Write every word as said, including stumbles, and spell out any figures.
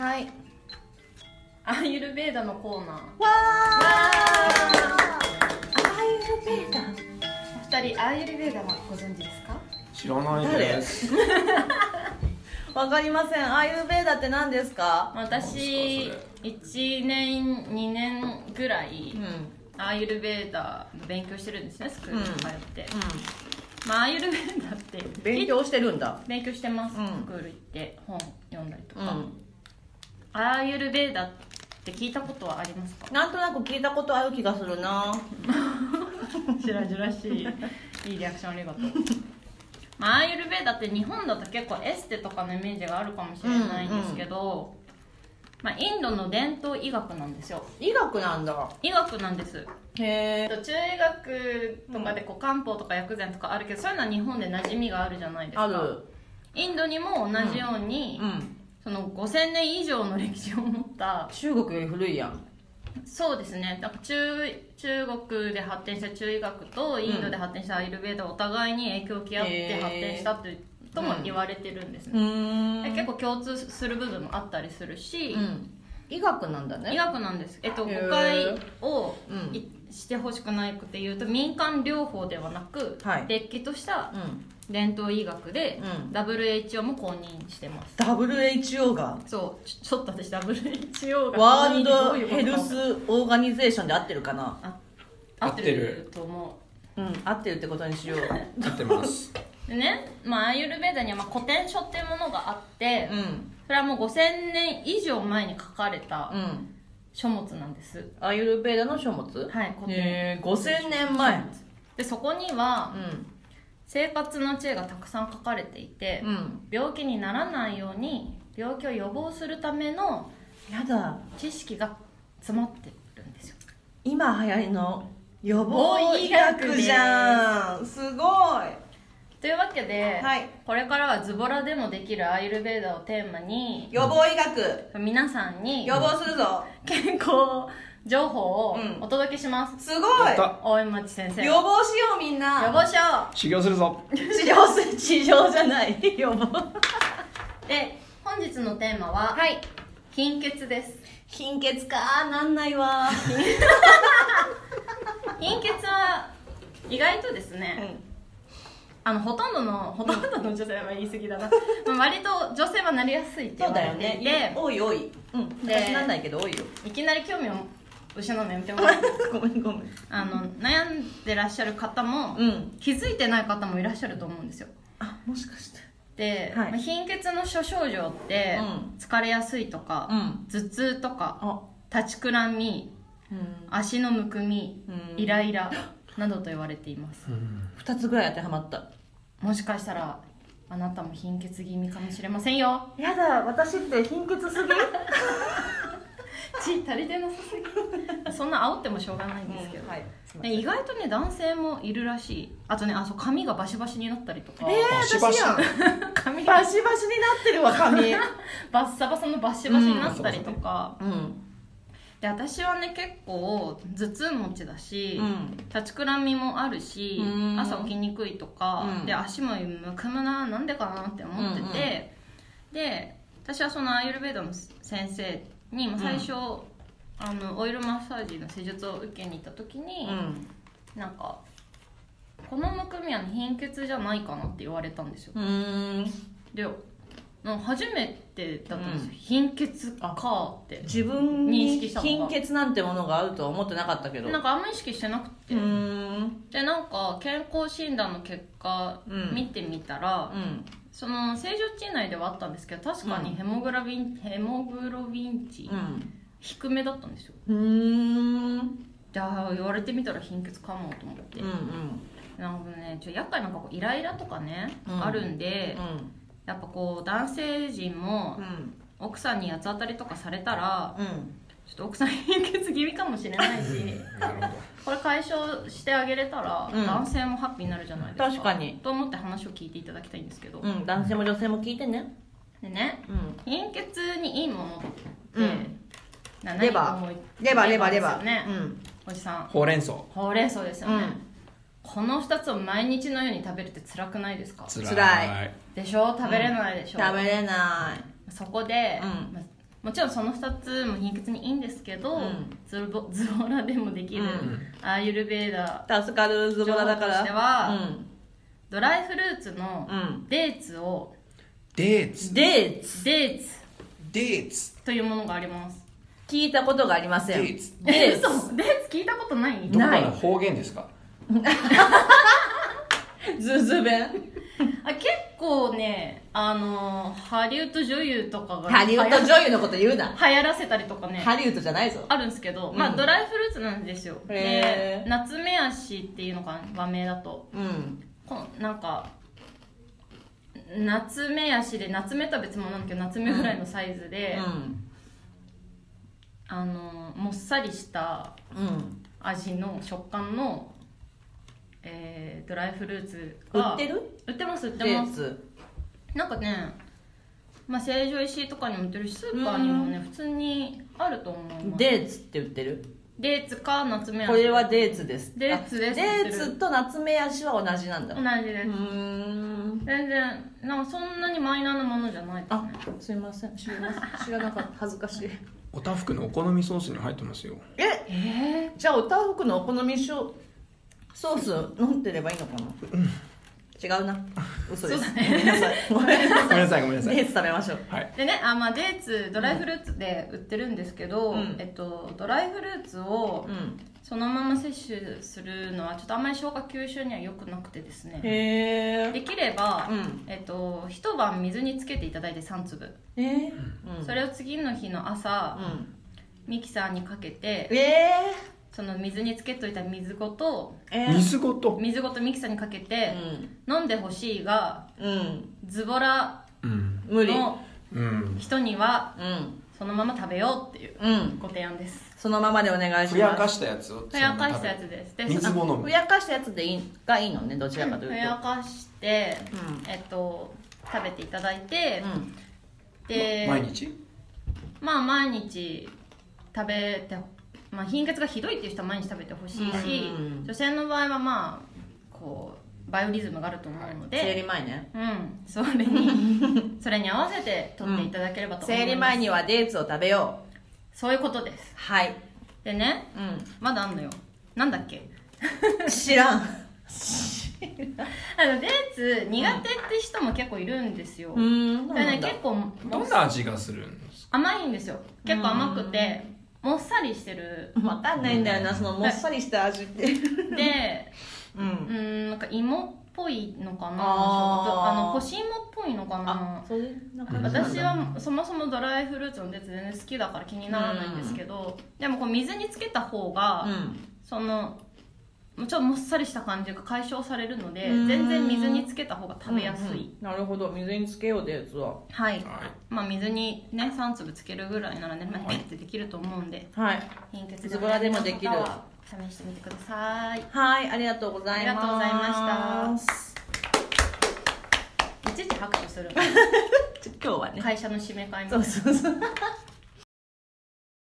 はい。 アーユルベーダのコーナー。わー。アーユルベーダ。 お二人アーユルベーダはご存知ですか？ 知らないです。 わかりません。アーユルベーダって何ですか？ 私いちねんにねんぐらい、うん、アーユルベーダの勉強してるんですね、スクールに通って、うんうん、まあアーユルベーダって勉強してるんだ。 勉強してます、うん、スクール行って本読んだりとか、うん、アーユルベーダって聞いたことはありますか？ なんとなく聞いたことある気がするな。 しらじらしいいいリアクションありがとう。まあ、アーユルベーダって日本だと結構エステとかのイメージがあるかもしれないんですけど、うんうん、まあ、インドの伝統医学なんですよ。 医学なんだ。 医学なんです。 へー。 中医学とかでこう漢方とか薬膳とかあるけど、そういうのは日本で馴染みがあるじゃないですか。 ある。 インドにも同じように、うんうん、そのごせんねん以上の歴史を持った。 中国より古いやん。 そうですね。だから 中, 中国で発展した中医学とインドで発展したアーユルベーダはお互いに影響を受け合って発展したと、とも言われてるんですね、うん、結構共通する部分もあったりするし、うん、 医学なんだね。 医学なんです。えっと、誤解を、うん、してほしくないくて言うと、民間療法ではなく、はい、れっきとした伝統医学で、うん、ダブリューエイチオー も公認してます。 ダブリューエイチオー がそうちょ、ちょっと私 ダブリューエイチオー がワールドヘルスオーガニゼーションで合ってるかな。 あ合ってると思う。うん、合ってるってことにしよう。 合ってますでね、まあ、アーユルベーダにはまあ古典書っていうものがあって、うん、それはもうごせんねん以上前に書かれた書物なんです、うん、 アーユルベーダの書物。 はい、古典。 へー、ごせんねんまえで、そこには、うん、生活の知恵がたくさん書かれていて、うん、病気にならないように病気を予防するためのやだ知識が詰まってるんですよ。 今流行りの予防医学じゃん。すごい。 というわけで、はい、これからはズボラでもできるアーユルベーダをテーマに予防医学、 皆さんに予防するぞ健康情報をお届けします、 うん、すごい。 大江町先生、 予防しよう。みんな予防しよう。治療するぞ。 治療する。治療じゃない予防で、本日のテーマは、はい、貧血です。 貧血か、なんないわ貧血は意外とですね、うん、あのほとんどのほとんどの女性は言い過ぎだな割と女性はなりやすいって言われていて、そうだよね、 多い多い、うん、私なんないけど多いよ。いきなり興味を失うのやめてもらってごめんごめん。 あの悩んでらっしゃる方も、うん、気づいてない方もいらっしゃると思うんですよ。 あ、もしかしてで、はい、まあ、貧血の諸症状って、うん、疲れやすいとか、うん、頭痛とか、立ちくらみ、うん、足のむくみ、うん、イライラなどと言われています、うん、 ふたつぐらい当てはまった。 もしかしたらあなたも貧血気味かもしれませんよ。 やだ、私って貧血すぎ血足りてなさすぎそんな煽ってもしょうがないんですけど、うん、はい、で意外とね男性もいるらしい。あとね、あそう髪がバシバシになったりとか。 えー、 バシバシやん髪バシバシになってるわ髪バッサバサのバシバシになったりとか、うん、で私はね結構頭痛持ちだし、うん、立ちくらみもあるし、うん、朝起きにくいとか、うん、で足もむくむな、なんでかなって思ってて、うんうん、で私はそのアーユルベーダの先生に最初、うん、あのオイルマッサージの施術を受けに行った時に、うん、なんかこのむくみは貧血じゃないかなって言われたんですよ。うーんで初めてだったんですよ、うん、貧血かって自分に貧血なんてものがあるとは思ってなかったけど、 なんかあんまり意識してなくて、うーんでなんか健康診断の結果見てみたら、うんうん、その正常値内ではあったんですけど確かにヘモグロビン、うん、ヘモグロビン値、うん、低めだったんですよ。うーんで言われてみたら貧血かもと思って、うんうん、なんかねちょ厄介なイライラとかね、うん、あるんで、うん、やっぱこう男性陣も奥さんに八つ当たりとかされたら、うん、ちょっと奥さん貧血気味かもしれないしなるほどこれ解消してあげれたら、うん、男性もハッピーになるじゃないですか。 確かにと思って話を聞いていただきたいんですけど、 うん、男性も女性も聞いてね。 でね、うん、貧血にいいものって、うん、 何レバーレバーレバーレバー、 ね、うん、おじさんほうれん草ほうれん草ですよね、うん、このふたつを毎日のように食べるって辛くないですか？ 辛いでしょ。食べれないでしょ、 うん、食べれない。 そこで、うん、ま、 もちろんそのふたつも貧血にいいんですけど、うん、ズボズボラでもできる、うん、アーユルベーダ助かるズボラだからとしては、うん、ドライフルーツのデーツを、 デーツデーツデーツデーツというものがあります。 聞いたことがありません。 デーツデーツデーツ聞いたことない？ どこかの方言ですか？ ズズ弁あ、結構ね、あのハリウッド女優とかがハリウッド女優のこと言うな。 流行らせたりとかね、 ハリウッドじゃないぞ。 あるんですけど、うん、まあドライフルーツなんですよ。で、夏目足っていうのかな、和名だと、うん、このなんか夏目足で、夏目とは別物なんだけど夏目ぐらいのサイズで、うん、あのもっさりした味の食感の、えー、ドライフルーツが売ってる？ 売ってます売ってます。なんかね、まあ成城石井とかにも売ってるし、スーパーにもね、うん、普通にあると思います。 デーツって売ってる？ デーツか夏目足。 これはデーツです。 デーツです。 デーツと夏目足は同じなんだ。 同じです。うーん、全然なんかそんなにマイナーなものじゃないですね。 あ、すいません、知らな知らなかった。恥ずかしい。 おたふくのお好みソースに入ってますよ。 ええー、じゃあおたふくのお好みソース飲んでればいいのかな。うん、違うな、嘘です。そうだね、ごめんなさいごめんなさいごめんなさい。デーツ食べましょう。 はい。 でね、あ、まあデーツドライフルーツで売ってるんですけど、うん、えっとドライフルーツをそのまま摂取するのはちょっとあんまり消化吸収には良くなくてですね。 へー。 できれば、うん、えっと一晩水につけていただいてさん粒。えー。うん、それを次の日の朝、うん、ミキサーにかけて。えー。その水につけといた水ごと、 えー、水ごと水ごとミキサーにかけて、うん、飲んでほしいが、うん、ズボラの人には、うん、そのまま食べようっていうご提案です、 うん、そのままでお願いします。 ふやかしたやつをふやかしたやつです。で水も飲む。 ふやかしたやつでいいがいいのね、どちらかというと、 ふやかして、うん、えっと食べていただいて、うん、で、 ま、毎日まあ毎日食べて、まあ、貧血がひどいっていう人は毎日食べてほしいし、うん、女性の場合はまあこうバイオリズムがあると思うので、 生理前ね、 うん、それにそれに合わせて取っていただければと思います、 うん、生理前にはデーツを食べよう、 そういうことです。 はい。 でね、うん、まだあんのよ。なんだっけ知らんあのデーツ苦手って人も結構いるんですよ。うん、だからね、結構どんな味がするんですか？ 甘いんですよ。結構甘くてもっさりしてる。 分かんないんだよな、そのもっさりした味ってで、うん、うんなんか芋っぽいのかな、ああの干し芋っぽいのかな。そういうなんか私はそもそもドライフルーツのデーツ全然好きだから気にならないんですけど、うん、でもこう水につけた方が、うん、そのちょっともっさりした感じが解消されるので、全然水につけた方が食べやすい、うんうん、 なるほど、水につけようってやつは、 はい、はい、まあ水にねさん粒つけるぐらいならね、まあ、ピッてできると思うんで、はい、貧血ズボラでもできる、 試してみてください。 はい、ありがとうございます。 ありがとうございました。いちいち拍手する今日はね、 会社の締め会みたいな。 そうそうそう